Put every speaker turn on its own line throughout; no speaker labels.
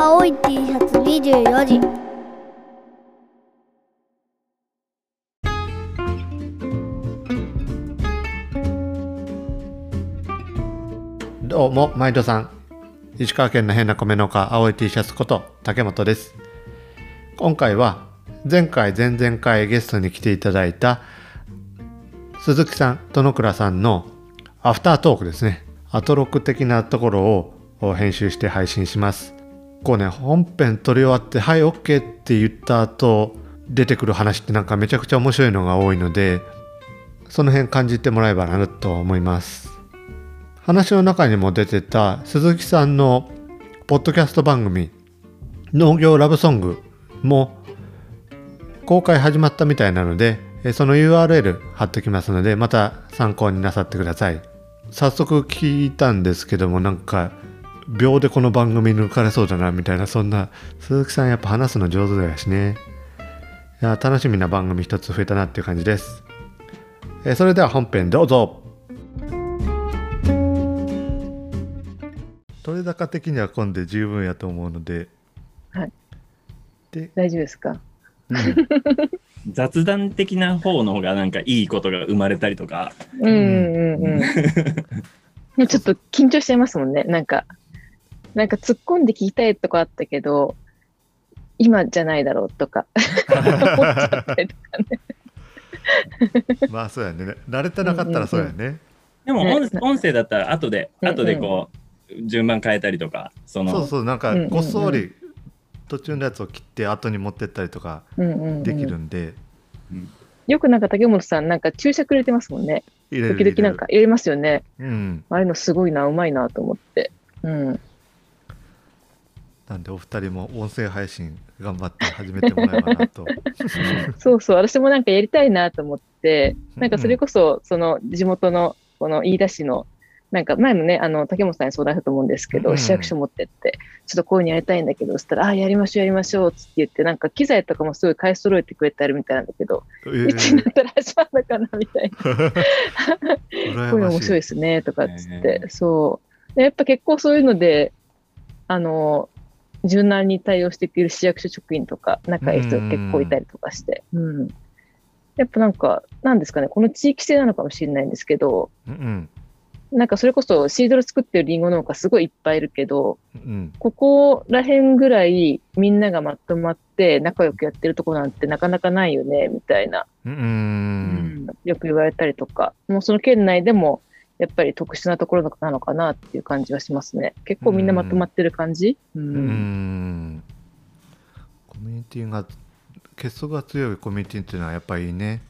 青い T シャツ24時。
どうも毎度さん、石川県の変な米農家青い T シャツこと竹本です。今回は前回前々回ゲストに来ていただいた鈴木さん、殿倉さんのアフタートークですね、アトロク的なところを編集して配信します。こうね、本編撮り終わってはい OK って言った後出てくる話ってなんかめちゃくちゃ面白いのが多いので、その辺感じてもらえばなと思います。話の中にも出てた鈴木さんのポッドキャスト番組農業ラブソングも公開始まったみたいなので、その URL 貼っておきますので、また参考になさってください。早速聞いたんですけども、なんか秒でこの番組抜かれそうだなみたいな、そんな鈴木さんやっぱ話すの上手だしね。いや楽しみな番組一つ増えたなっていう感じです。それでは本編どうぞ。取れ高的には混んで十分やと思うので、
はい、
で
大丈夫ですか？
雑談的な方の方がなんかいいことが生まれたりとか、
ちょっと緊張しちゃいますもんね。なんか突っ込んで聞きたいとこあったけど今じゃないだろうとか思っちゃったりとかね。
まあそうやね、慣れてなかったらそうやね。
でも音声だったら後でこう順番変えたりとか、
そうなんかこっそり途中のやつを切って後に持ってったりとかできるんで、
よくなんか竹本さんなんか注釈入れてますもんね。時々なんか入れますよね。あれのすごいな、うまいなと思って。
なんでお二人も音声配信頑張って始めてもらえばなと。
そう私もなんかやりたいなと思って、なんかそれこそその地元のこの飯田市のなんか前もね、竹本さんに相談したと思うんですけど、市役所持ってって、ちょっとこういうのやりたいんだけど、そしたら、やりましょうって言って、なんか機材とかもすごい買い揃えてくれてあるみたいなんだけど、いつになったら始まるのかなみたいな。こういうの面白いですね、とかっつって。でやっぱ結構そういうので、柔軟に対応してくれる市役所職員とか、仲いい人が結構いたりとかして。やっぱなんか、なんですかね、この地域性なのかもしれないんですけど、なんかそれこそシードル作ってるリンゴ農家すごいいっぱいいるけど、ここら辺ぐらいみんながまとまって仲良くやってるとこなんてなかなかないよねみたいな、よく言われたりとか、もうその県内でもやっぱり特殊なところなのかなっていう感じはしますね。結構みんなまとまってる感じ。コミ
ュニティが結束が強いコミュニティっていうのはやっぱりいいね。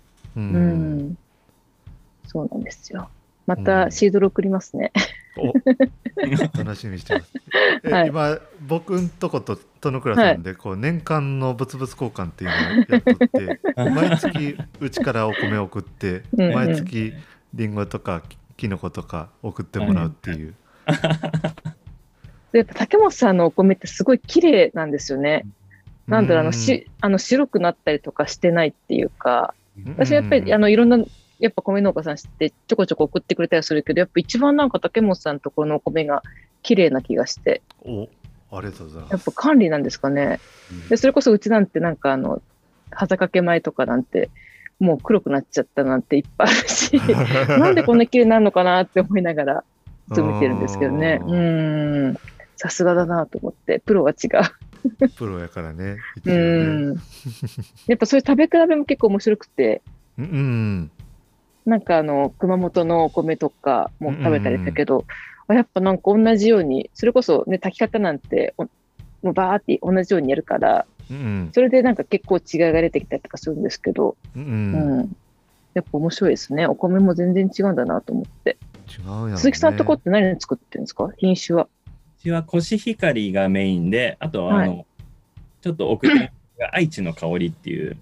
そうなんですよ。またシードル送りますね。
楽しみにしてます。今僕んとこと殿倉さんでこう年間の物々交換っていうのをやっとって毎月うちからお米を送って毎月リンゴとかキノコとか送ってもらうっていう。
やっぱ竹本さんのお米ってすごい綺麗なんですよね。なんだろう、白くなったりとかしてないっていうか、私やっぱりいろんなやっぱ米農家さん知ってちょこちょこ送ってくれたりするけど、やっぱ一番なんか竹本さんのところのお米が綺麗な気がして。
ありがとうございます。
やっぱ管理なんですかね。でそれこそうちなんてなんかはざかけ米とかなんてもう黒くなっちゃったなんていっぱいあるしなんでこんな綺麗になるのかなって思いながらいつも見てるんですけどね。さすがだなと思って、プロは違う。
プロやからね。
やっぱそういう食べ比べも結構面白くて。なんか熊本のお米とかも食べたりしたけど、やっぱなんか同じように、それこそね、炊き方なんてもうバーって同じようにやるから、それでなんか結構違いが出てきたりとかするんですけど、やっぱ面白いですね。お米も全然違うんだなと思って。
違うやんね。
鈴木さんとこって何作ってるんですか？品種は。
うちはコシヒカリがメインで、あとはちょっと奥に愛知の香りっていう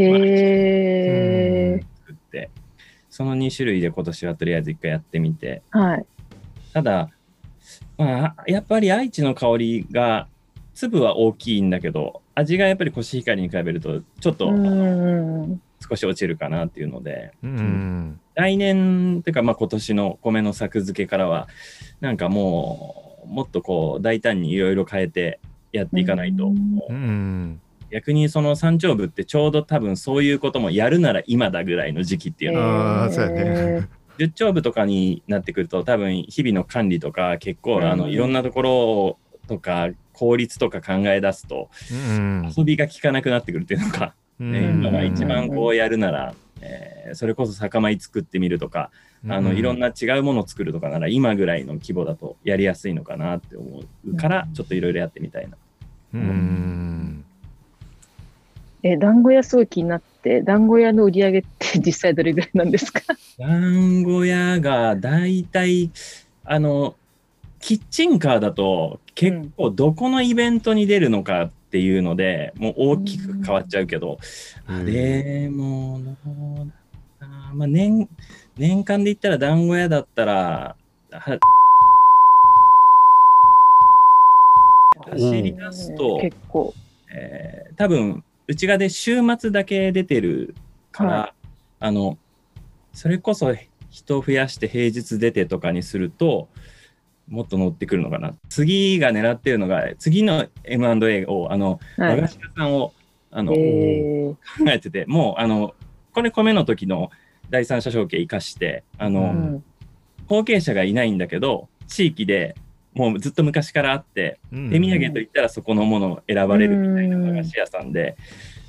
作って、その2種類で今年はとりあえず1回やってみて、ただ、やっぱり愛知の香りが粒は大きいんだけど、味がやっぱりコシヒカリに比べるとちょっと少し落ちるかなっていうので、来年というか今年の米の作付けからはなんかもっとこう大胆にいろいろ変えてやっていかないと、
うん、
逆にその山頂部ってちょうど多分そういうこともやるなら今だぐらいの時期っていうのは、
そうやね。
10頂部とかになってくると多分日々の管理とか結構いろんなところとか効率とか考え出すと、遊びが効かなくなってくるっていうのか、今が一番こうやるなら、それこそ酒米作ってみるとか、いろんな違うものを作るとかなら今ぐらいの規模だとやりやすいのかなって思うからちょっといろいろやってみたいな。
団子屋すごい気になって、団子屋の売り上げって実際どれぐらいなんですか？
団子屋がだいたいキッチンカーだと結構どこのイベントに出るのかっていうので、もう大きく変わっちゃうけど、でもまあ年間で言ったら団子屋だったら走り出すと
結構、
多分うちがで週末だけ出てるから、それこそ人を増やして平日出てとかにするともっと乗ってくるのかな。次が狙ってるのが次の M&A を和菓子屋さんを考えてて、もうこれ米の時の第三者承継生かして後継者がいないんだけど地域でもうずっと昔からあって、手土産といったらそこのものを選ばれるみたいな和菓子屋さんで、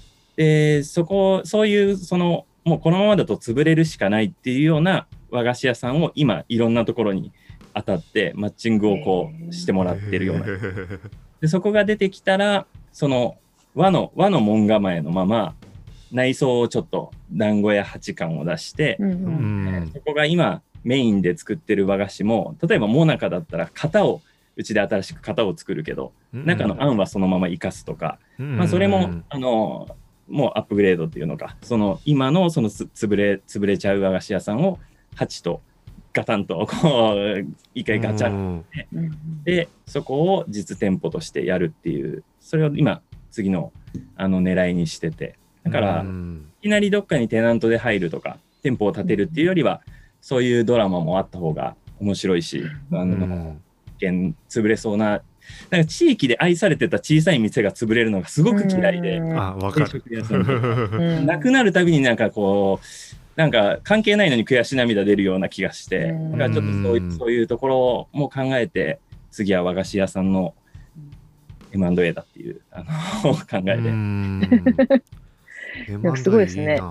そういうもうこのままだと潰れるしかないっていうような和菓子屋さんを今いろんなところに当たってマッチングをこうしてもらってるような。でそこが出てきたらその和の門構えのまま内装をちょっと団子屋8貫を出して、そこが今メインで作ってる和菓子も例えばモナカだったらうちで新しく型を作るけど、中のあんはそのまま生かすとか、それももうアップグレードっていうのか、今の潰れちゃう和菓子屋さんを8とガタンとこう一回ガチャって、でそこを実店舗としてやるっていう、それを今次の狙いにしてて、だからいきなりどっかにテナントで入るとか店舗を建てるっていうよりは、そういうドラマもあった方が面白いし、潰れそうな、なんか地域で愛されてた小さい店が潰れるのがすごく嫌いで、定食屋さんなくなるたびになんかこうなんか関係ないのに悔し涙出るような気がして、だからちょっとそういうところも考えて、次は和菓子屋さんの M&A だっていう考えで。
すごいですね。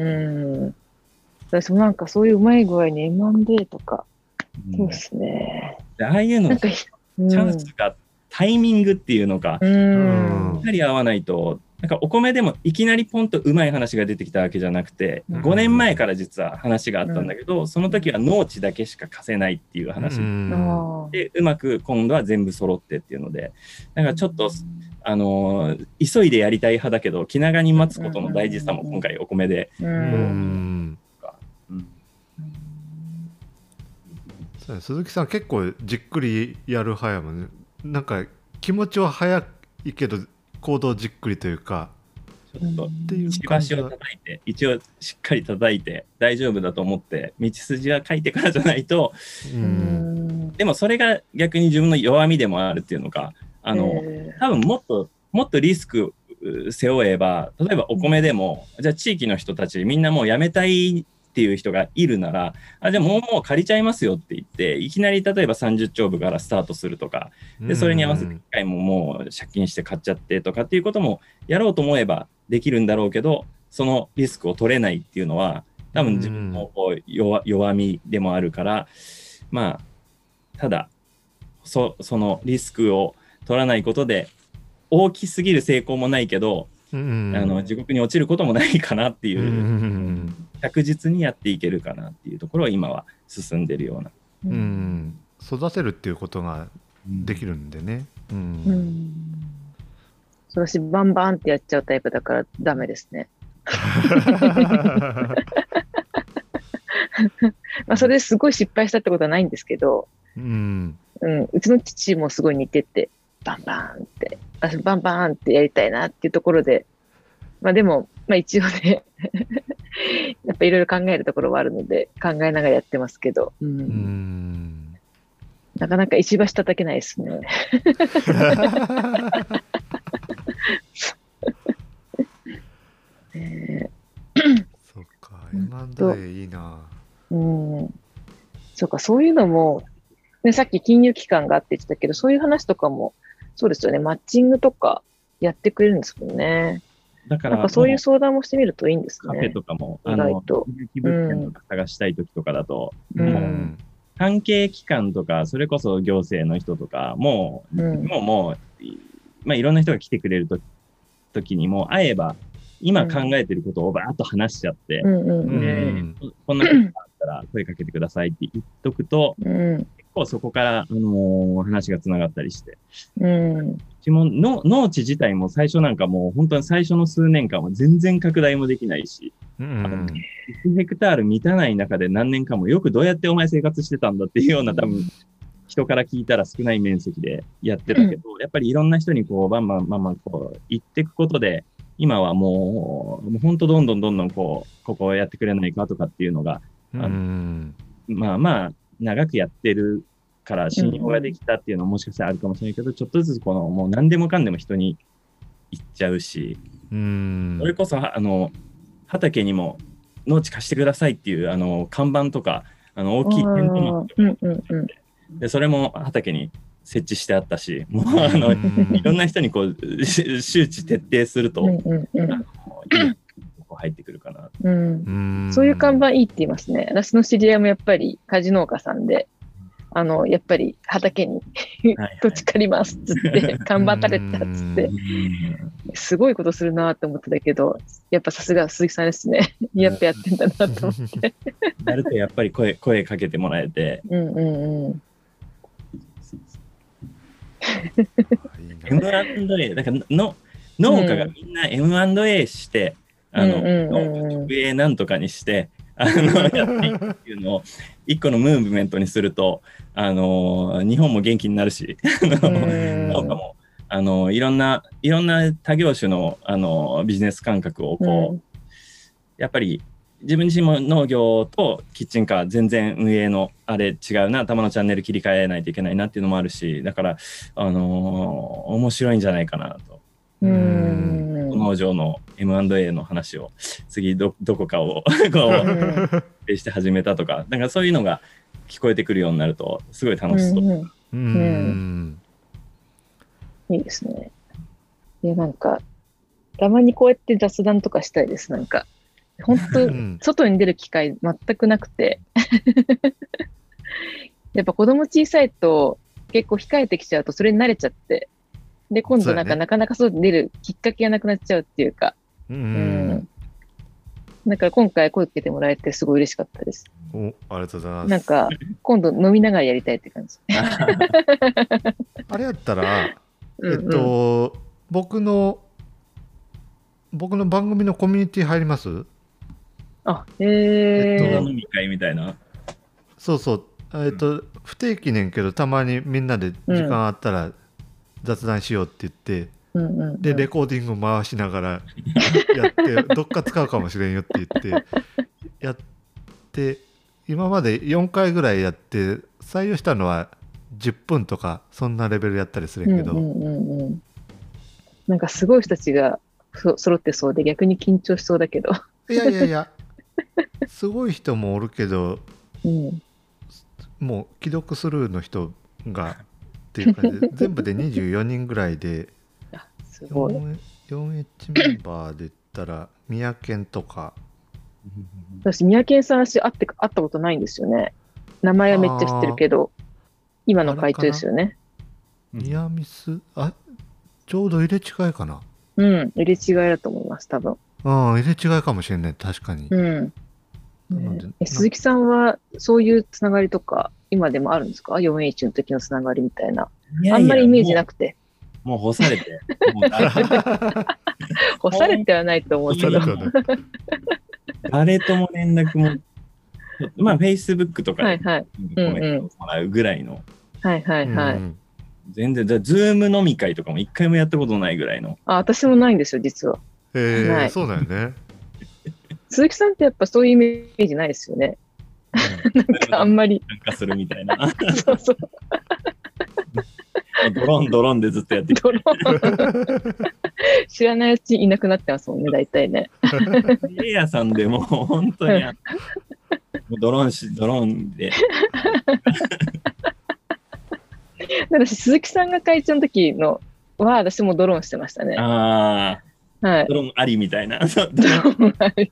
私もなんかそういううまい具合に M&A とか、そうですね。
ああいうのチャンスがタイミングっていうのが、やはり合わないと、なんかお米でもいきなりポンとうまい話が出てきたわけじゃなくて、5年前から実は話があったんだけど、その時は農地だけしか貸せないっていう話で、うまく今度は全部揃ってっていうので、なんかちょっと急いでやりたい派だけど気長に待つことの大事さも今回お米で。
鈴木さん結構じっくりやる派やもんね。なんか気持ちは早いけど行動じっくりというか、
ちょっと石橋を叩いて一応しっかり叩いて大丈夫だと思って道筋は書いてからじゃないと、でもそれが逆に自分の弱みでもあるっていうのか、多分もっとリスク背負えば、例えばお米でも、じゃあ地域の人たちみんなもうやめたいっていう人がいるなら、じゃあもう借りちゃいますよって言っていきなり例えば30兆部からスタートするとかで、それに合わせて機械ももう借金して買っちゃってとかっていうこともやろうと思えばできるんだろうけど、そのリスクを取れないっていうのは多分自分のこう弱みでもあるから、まあただそのリスクを取らないことで大きすぎる成功もないけど、地獄に落ちることもないかなっていう、確実にやっていけるかなっていうところは今は進んでるような、
育てるっていうことができるんでね。
私バンバンってやっちゃうタイプだからダメですね。まあそれですごい失敗したってことはないんですけど、うちの父もすごい似てて、バンバーンって私バンバーンってやりたいなっていうところで、まあでも、まあ、一応ねやっぱいろいろ考えるところはあるので考えながらやってますけど、 なかなか石橋叩けないですね。
そっか、M&A いいな。
そうか、そういうのも、ね、さっき金融機関があって言ってたけど、そういう話とかも、そうですよね、マッチングとかやってくれるんですもんね。
だから、
なんかそういう相談もしてみるといいんですね。
カフェとかも、
意外と。
気分券とか探したいときとかだと、関係機関とか、それこそ行政の人とか、もう、まあ、いろんな人が来てくれるときにも、会えば、今考えてることをバーッと話しちゃって、こんなことがあったら声かけてくださいって言っとくと、結構そこから、話がつながったりして。うちも農地自体も最初なんかもう本当に最初の数年間は全然拡大もできないし、1ヘクタール満たない中で何年間もよくどうやってお前生活してたんだっていうような多分人から聞いたら少ない面積でやってたけど、やっぱりいろんな人にこうバンバンこう言っていくことで、今はもう本当どんどんここをやってくれないかとかっていうのが、まあ長くやってるから信用ができたっていうのももしかしたらあるかもしれないけど、ちょっとずつもう何でもかんでも人に言っちゃうし、それこそ畑にも農地貸してくださいっていう看板とか大きいテントマットとかで、それも畑に設置してあったし、もういろんな人にこう周知徹底すると、入ってくるかな。
そういう看板いいって言いますね。私の知り合いもやっぱり果樹農家さんで、やっぱり畑に土地借りますっつって看板立てたっつってすごいことするなと思ってたけど、やっぱさすが鈴木さんですね。やっぱやってんだなと思って
なるとやっぱり声かけてもらえて、M&A だから農家がみんな M&A して直営なんとかにしてやっていくっていうのを一個のムーブメントにすると日本も元気になるし農家もいろんな他業種のビジネス感覚をこう、やっぱり自分自身も農業とキッチンカー全然運営のあれ違うな、頭のチャンネル切り替えないといけないなっていうのもあるし、だから面白いんじゃないかなと。農場の M&A の話を次どこかをこうして始めたとか、なんかそういうのが聞こえてくるようになるとすごい楽しそう。
いいですね。で、なんかたまにこうやって雑談とかしたいです。なんか本当、外に出る機会全くなくてやっぱ子供小さいと結構控えてきちゃうとそれに慣れちゃって、で今度なかなか外に出るきっかけがなくなっちゃうっていうか、だから今回声かけてもらえてすごい嬉しかったです。
ありがとうございます。
なんか今度飲みながらやりたいって感じ
あれやったら僕の番組のコミュニティ入ります？
飲み会みたいな。
そうそう、不定期ねんけどたまにみんなで時間あったら雑談しようって言って、でレコーディング回しながらやってどっか使うかもしれんよって言ってやって今まで4回ぐらいやって採用したのは10分とかそんなレベルやったりするけど、
なんかすごい人たちが揃ってそうで逆に緊張しそうだけど
いやすごい人もおるけど、もう既読スルーの人がっていう感じで全部で24人ぐらいで
すごい
4H メンバーで言ったら宮健とか、
私宮健さん会ったことないんですよね。名前はめっちゃ知ってるけど今の会長ですよね。
宮ミスちょうど入れ違いかな。
入れ違いだと思います多分。
入れ違いかもしれない確かに。
鈴木さんはそういうつながりとか今でもあるんですか？ 4H の時のつながりみたいな。あんまりイメージなくて。
もう干されて。
干されてはないと思うけど。
誰とも連絡も、まあ Facebook とかでコメントをもらうぐらいの。全然、Zoom 飲み会とかも一回もやったことないぐらいの。
私もないんですよ、実は。
そうだよね。
鈴木さんってやっぱそういうイメージないですよね。 なんかあんまり。
参加するみたいな。
そうそう。
ドローンでずっとやってきて。
知らないうちにいなくなってますもんね、大体ね。
レイヤーさんでもう本当にもうドローンで。
私、鈴木さんが会長の時のは、私もドローンしてましたね。
ああ、
はい。
ドローンありみたいな。
ドローンあり。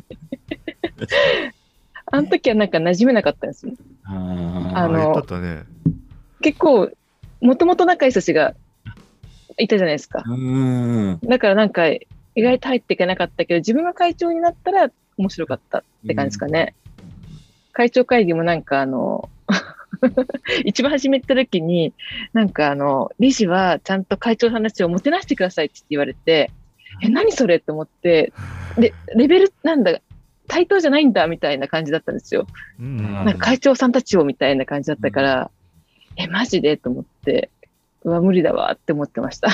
あの時はなんか馴染めなかったんですよ。
言ったとね。
結構、もともと仲いい人たちがいたじゃないですか。だからなんか、意外と入っていけなかったけど、自分が会長になったら面白かったって感じですかね。会長会議もなんか一番始めた時に、なんか理事はちゃんと会長さんたちをもてなしてくださいって言われて、何それって思って、で、レベルなんだ、対等じゃないんだみたいな感じだったんですよ。なんか会長さんたちをみたいな感じだったから、マジでと思って、無理だわって思ってました。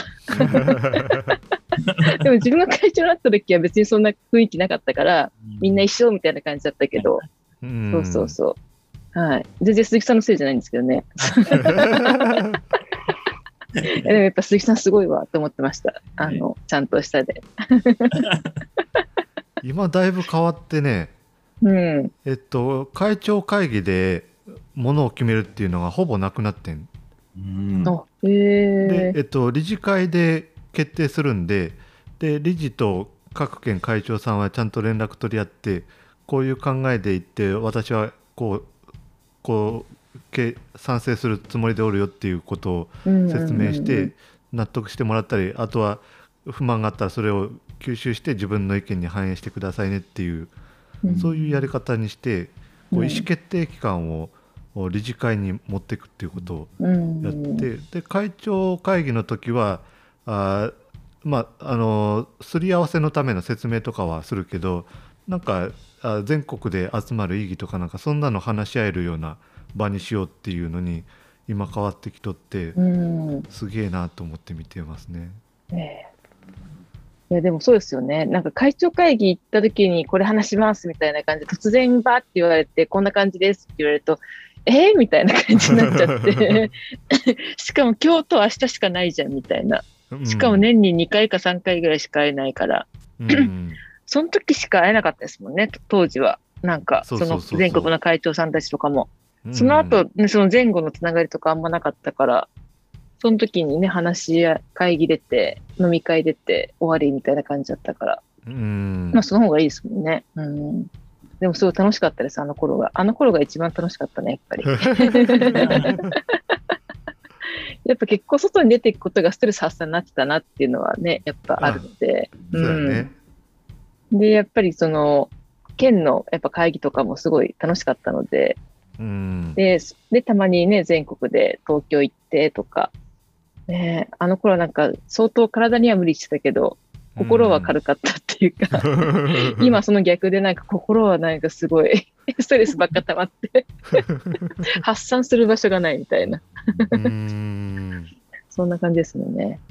でも自分が会長になった時は別にそんな雰囲気なかったから、みんな一緒みたいな感じだったけど、そうそうそう。はい。全然鈴木さんのせいじゃないんですけどね。でもやっぱ鈴木さんすごいわと思ってました。ちゃんとしたで。
今だいぶ変わってね、会長会議でものを決めるっていうのがほぼなくなってん。で、理事会で決定するんで、理事と各県会長さんはちゃんと連絡取り合って、こういう考えでいって私はこう賛成するつもりでおるよっていうことを説明して納得してもらったり、あとは不満があったらそれを吸収して自分の意見に反映してくださいねっていう、そういうやり方にして意思決定機関を理事会に持っていくっていうことをやって、で会長会議の時はすり合わせのための説明とかはするけど、なんか全国で集まる意義とかなんかそんなの話し合えるような場にしようっていうのに今変わってきとって、すげえなと思って見てますね。
いやでもそうですよね。なんか会長会議行った時にこれ話しますみたいな感じで突然バーって言われてこんな感じですって言われるとみたいな感じになっちゃってしかも今日と明日しかないじゃんみたいな。しかも年に2回か3回ぐらいしか会えないから、その時しか会えなかったですもんね、当時は。なんかその全国の会長さんたちとかも。その後、その前後のつながりとかあんまなかったから、その時にね、話し合い、会議出て、飲み会出て、終わりみたいな感じだったから。まあ、その方がいいですもんね。でもすごい楽しかったです、あの頃が。あの頃が一番楽しかったね、やっぱり。やっぱ結構外に出ていくことがストレス発散になってたなっていうのはね、やっぱあるので。で、やっぱりその、県のやっぱ会議とかもすごい楽しかったので、で、たまにね、全国で東京行ってとか、あの頃はなんか相当体には無理してたけど、心は軽かったっていうか、今その逆でなんか心はなんかすごいストレスばっか溜まって発散する場所がないみたいなそんな感じですもんね。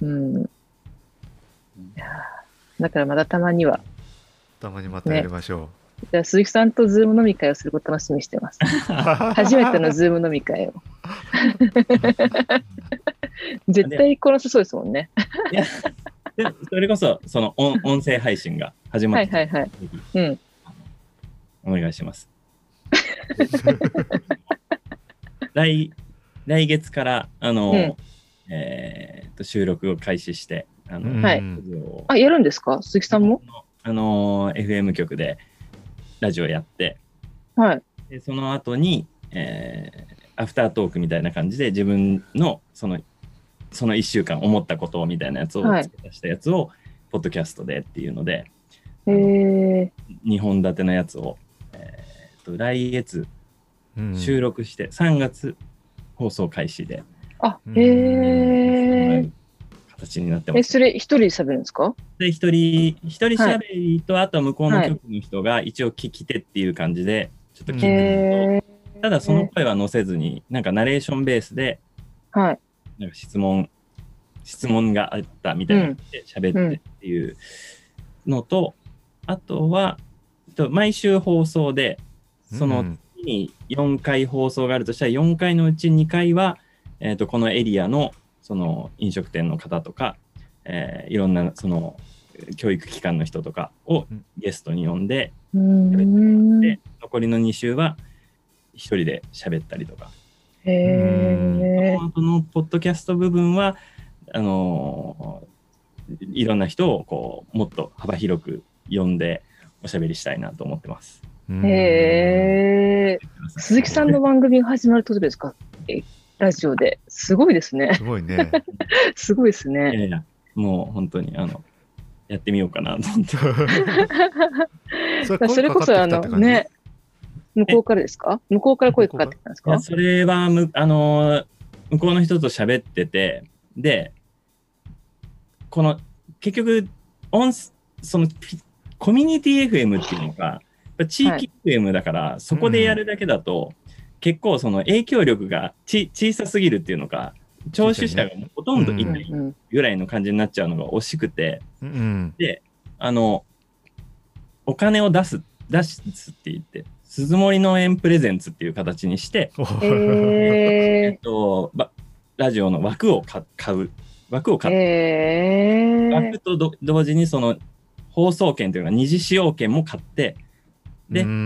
だからまだたまには
たまにまたやりましょう。
じゃあ鈴木さんとズーム飲み会をすること楽しみにしてます。初めてのズーム飲み会を。絶対こなせそうですもんね。
いやでそれこそその音声配信が始まって、お願いします。来月から収録を開始して
やるんですか、鈴木さんも
？FM 局でラジオやって、でその後に、アフタートークみたいな感じで自分のその1週間思ったことみたいなやつを付け足したやつをポッドキャストでっていうので、2本立てのやつを、来月収録して3月放送開始で形になってます。
それ一人で喋るんですか？
で一人喋りと、あとは向こうの局の人が一応聞き手っていう感じでちょっと聞いてると、ただその声は載せずになんかナレーションベースで、なんか質問があったみたいなので喋ってっていうのと、あとは毎週放送でその月に4回放送があるとしたら、4回のうち2回は、このエリアのその飲食店の方とか、いろんなその教育機関の人とかをゲストに呼んで、で残りの2週は一人で喋ったりとか。そのポッドキャスト部分はいろんな人をこうもっと幅広く呼んでおしゃべりしたいなと思ってます。
鈴木さんの番組が始まるってことですか？ラジオで。すごいですね。
すごいね。
すごいですね。
いやもう本当にやってみようかなと思って。
それこそね、向こうからですか？向こうから声かかってきたんですか？
それは向こうの人と喋ってて、でこの結局そのコミュニティ FM っていうのが地域 FM だから、そこでやるだけだと、結構その影響力が小さすぎるっていうのか、聴取者がほとんどいないぐらいの感じになっちゃうのが惜しくて、でお金を出すって言って、鈴森農園プレゼンツっていう形にして、ラジオの枠を買って枠と同時にその放送権というか二次使用権も買って、で地域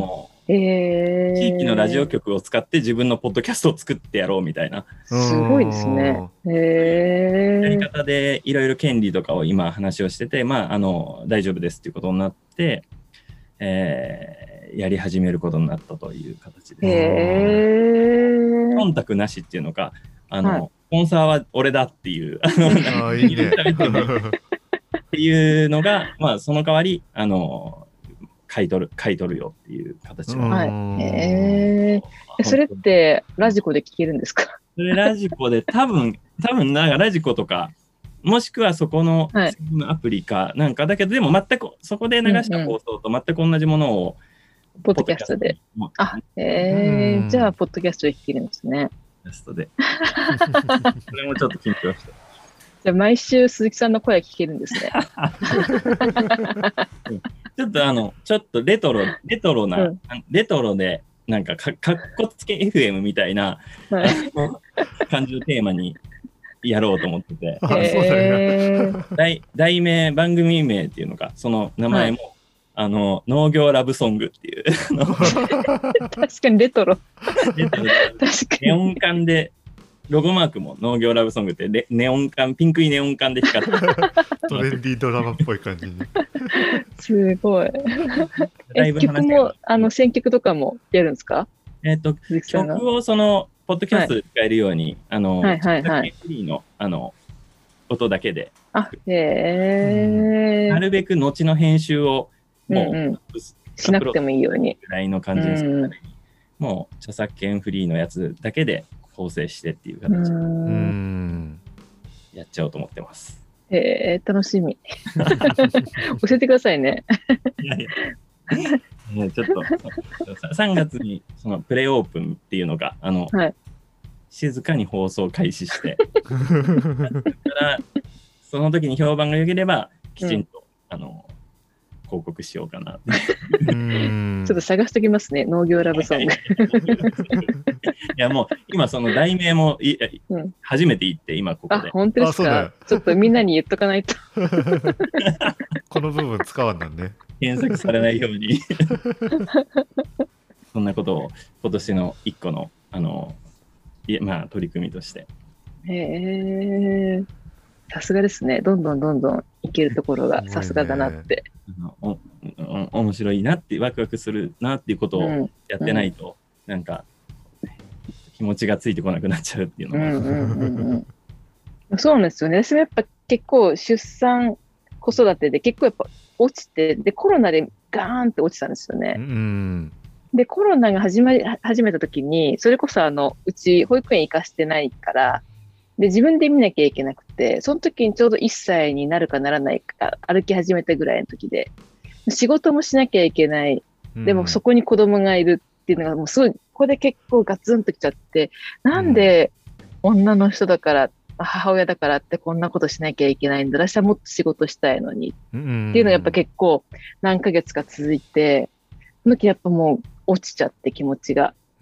のラジオ局を使って自分のポッドキャストを作ってやろうみたいな、
すごいですね。
やり方でいろいろ権利とかを今話をしてて、大丈夫ですっていうことになって、やり始めることになったという形です。忖度なしっていうのか、スポンサーは俺だっていう
いいね
っていうのが、その代わり買い取るよっていう形の。
それってラジコで聞けるんですか？
それラジコで多分なんかラジコとか、もしくはそこのアプリかなんかだけど、でも全くそこで流した放送と全く同じものを
ポッドキャストで。じゃあポッドキャストで聞けるんですね。
ポッドキャストで。それもちょっと緊張した。
じゃあ毎週鈴木さんの声は聞けるんですね。
ちょっとレトロでなんかかっこつけ FM みたいな、感じのテーマにやろうと思ってて、番組名っていうのか、その名前も、農業ラブソングっていう
確かにレトロ。確かに
ネオン管でロゴマークも農業ラブソングってネオン管、ピンクいネオン管で光って
トレンディードラマっぽい感じに。
すごい。曲も選曲とかもやるんですか？
曲をそのポッドキャストで使えるように、フリーの音だけで、なるべく後の編集をもう、
しなくてもいいように
ぐらいの感じにするために、もう著作権フリーのやつだけで構成してっていう形でやっちゃおうと思ってます。
楽しみ。教えてくださいね。
ちょっと3月にそのプレオープンっていうのが静かに放送開始して、からその時に評判が良ければきちんと、広告しようかな。ち
ょっと探しておきますね、農業ラブソング。い
やもう今その題名も初めて言って今ここで。
本当ですか？ちょっとみんなに言っとかないと。
この部分使わんなんね。
検索されないように。そんなことを今年の一個の取り組みとして。
さすがですね。どんどんいけるところがさすがだなって。
面白いなってワクワクするなっていうことをやってないと、なんか気持ちがついてこなくなっちゃうっていうの
が。そうなんですよね。私もやっぱ結構出産子育てで結構やっぱ落ちて、でコロナでガーンって落ちたんですよね。でコロナが始めた時に、それこそうち保育園行かしてないから、で自分で見なきゃいけなくて、その時にちょうど1歳になるかならないか歩き始めたぐらいの時で、仕事もしなきゃいけない、でもそこに子供がいるっていうのがもうすごい、ここで結構ガツンときちゃって、なんで女の人だから母親だからってこんなことしなきゃいけないんだ、私はもっと仕事したいのにっていうのがやっぱ結構何ヶ月か続いて、その時やっぱもう落ちちゃって気持ちが。
うん、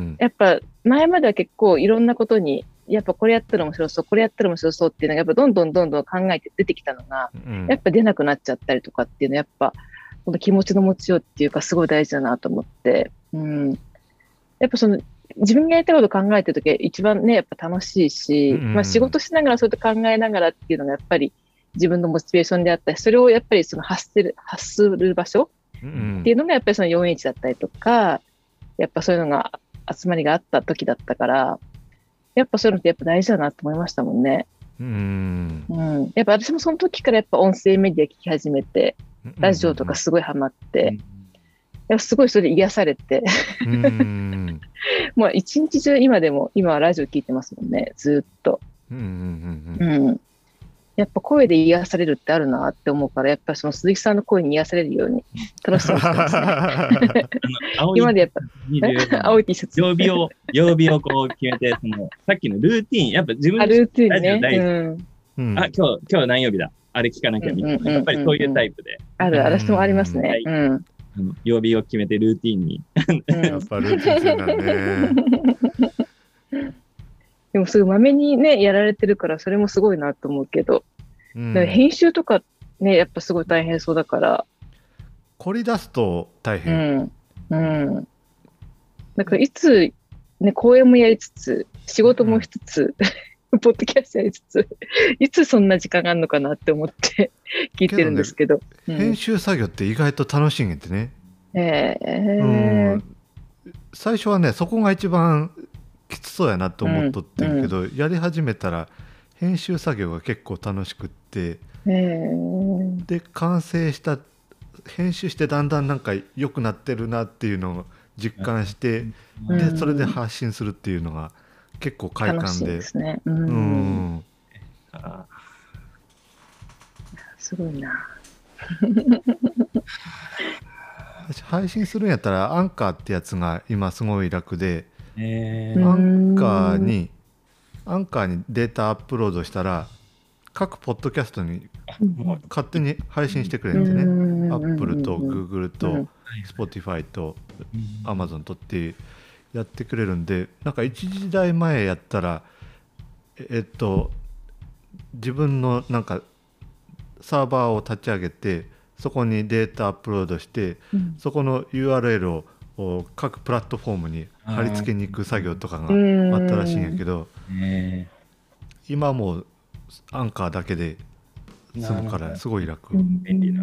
やっぱ前までは結構いろんなことに、やっぱこれやったら面白そう、これやったら面白そうっていうのが、やっぱどんどん考えて出てきたのが、やっぱ出なくなっちゃったりとかっていうのは、やっぱ、この気持ちの持ちようっていうか、すごい大事だなと思って、やっぱその、自分がやりたいこと考えてるときは一番ね、やっぱ楽しいし、まあ仕事しながらそうやって考えながらっていうのがやっぱり自分のモチベーションであったり、それをやっぱりその発する場所っていうのがやっぱりその 4H だったりとか、やっぱそういうのが集まりがあった時だったから、やっぱそういうのってやっぱ大事だなと思いましたもんね。やっぱ私もその時からやっぱ音声メディア聞き始めて、ラジオとかすごいハマって、やっぱすごいそれ癒されてもう一日中今はラジオ聞いてますもんね、ずっと。やっぱ声で癒されるってあるなって思うから、やっぱりその鈴木さんの声に癒されるように楽しみにしてますね。今までやっぱ青い T シャツ。
曜日をこう決めて、さっきのルーティン、やっぱ自分の
ルーティン
ラジオ大
ね。
今日何曜日だ、あれ聞かなきゃみたいな、やっぱりそういうタイプで。
私もありますね。
曜日を決めてルーティンに。
やっぱルーティン性なんね。
でもすごいまめにね、やられてるから、それもすごいなと思うけど、編集とかね、やっぱすごい大変そうだから。
凝り出すと大変。
だからいつ、ね、講演もやりつつ、仕事もしつつ、ポッドキャストやりつつ、いつそんな時間があるのかなって思って聞いてるんですけど。
編集作業って意外と楽しいんでね。最初はね、そこが一番きつそうやなと思っとってるけど、やり始めたら編集作業が結構楽しくって、で完成した編集してだんだんなんか良くなってるなっていうのを実感して、でそれで発信するっていうのが結構快感で。
楽しいですね。すごいな。
配信するんやったらアンカーってやつが今すごい楽で、アンカーにデータアップロードしたら各ポッドキャストに勝手に配信してくれるんですね。Apple と Google と Spotify と Amazon とってやってくれるんで、なんか一時代前やったら自分のなんかサーバーを立ち上げてそこにデータアップロードして、そこの URL を各プラットフォームに貼り付けに行く作業とかがあったらしいんやけど、今もうアンカーだけで済むからすごい楽。
便利な。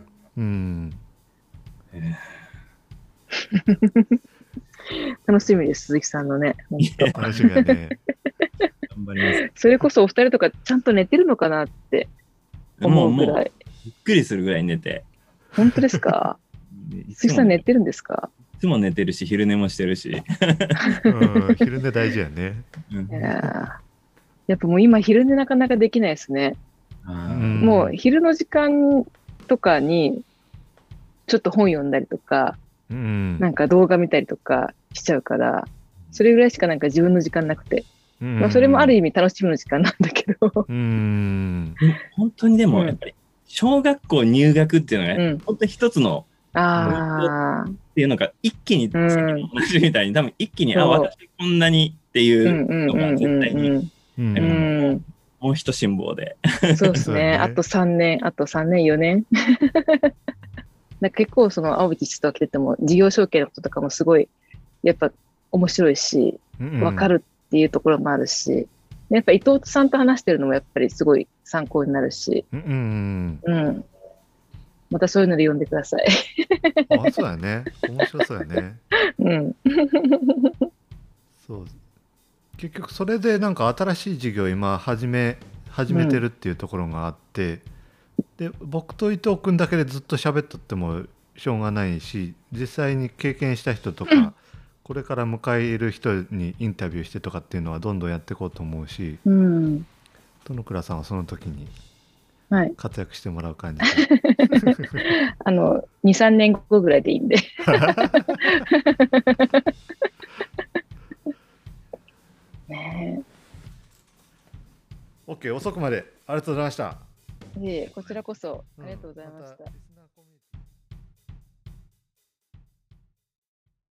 楽しみです、鈴木さんのね。
楽しみやね。
頑張ります。
それこそお二人とかちゃんと寝てるのかなって思うぐらい。
びっくりするぐらい寝て。
本当ですか？鈴木さん寝てるんですか？
いつも寝てるし、昼寝もしてるし。
昼寝大事やね。
やっぱもう今昼寝なかなかできないですね。もう昼の時間とかにちょっと本読んだりとか、なんか動画見たりとかしちゃうから、それぐらいしかなんか自分の時間なくて、まあそれもある意味楽しみの時間なんだけど。
本当にでもやっぱり小学校入学っていうのがね、本当に一つのっていうのが一気に同じみたいに多分一気に私こんなにっていうのが絶対にもう一辛抱で。
そうですね。あと3年、4年。なんか結構その青木氏と来てても事業承継のこととかもすごいやっぱ面白いし、わかるっていうところもあるし、やっぱ伊藤さんと話してるのもやっぱりすごい参考になるし、またそういうので読んでください。
そうだね。面白そうやね。そう。結局それでなんか新しい事業を今始めてるっていうところがあって、で僕と伊藤君だけでずっと喋っとってもしょうがないし、実際に経験した人とか、これから迎える人にインタビューしてとかっていうのはどんどんやっていこうと思うし、殿倉さんはその時に活躍してもらう感じで、
2、3年後ぐらいでいいんで。ね
え。OK、遅くまでありがとうございました。
こちらこそありがとうございました。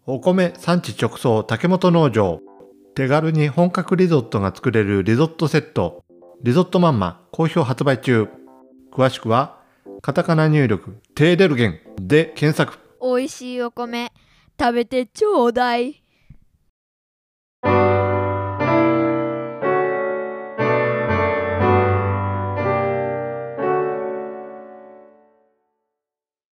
お米産地直送竹本農場。手軽に本格リゾットが作れるリゾットセット。リゾットマンマ好評発売中。詳しくはカタカナ入力テーデルゲンで検索。
おいしいお米食べてちょうだい。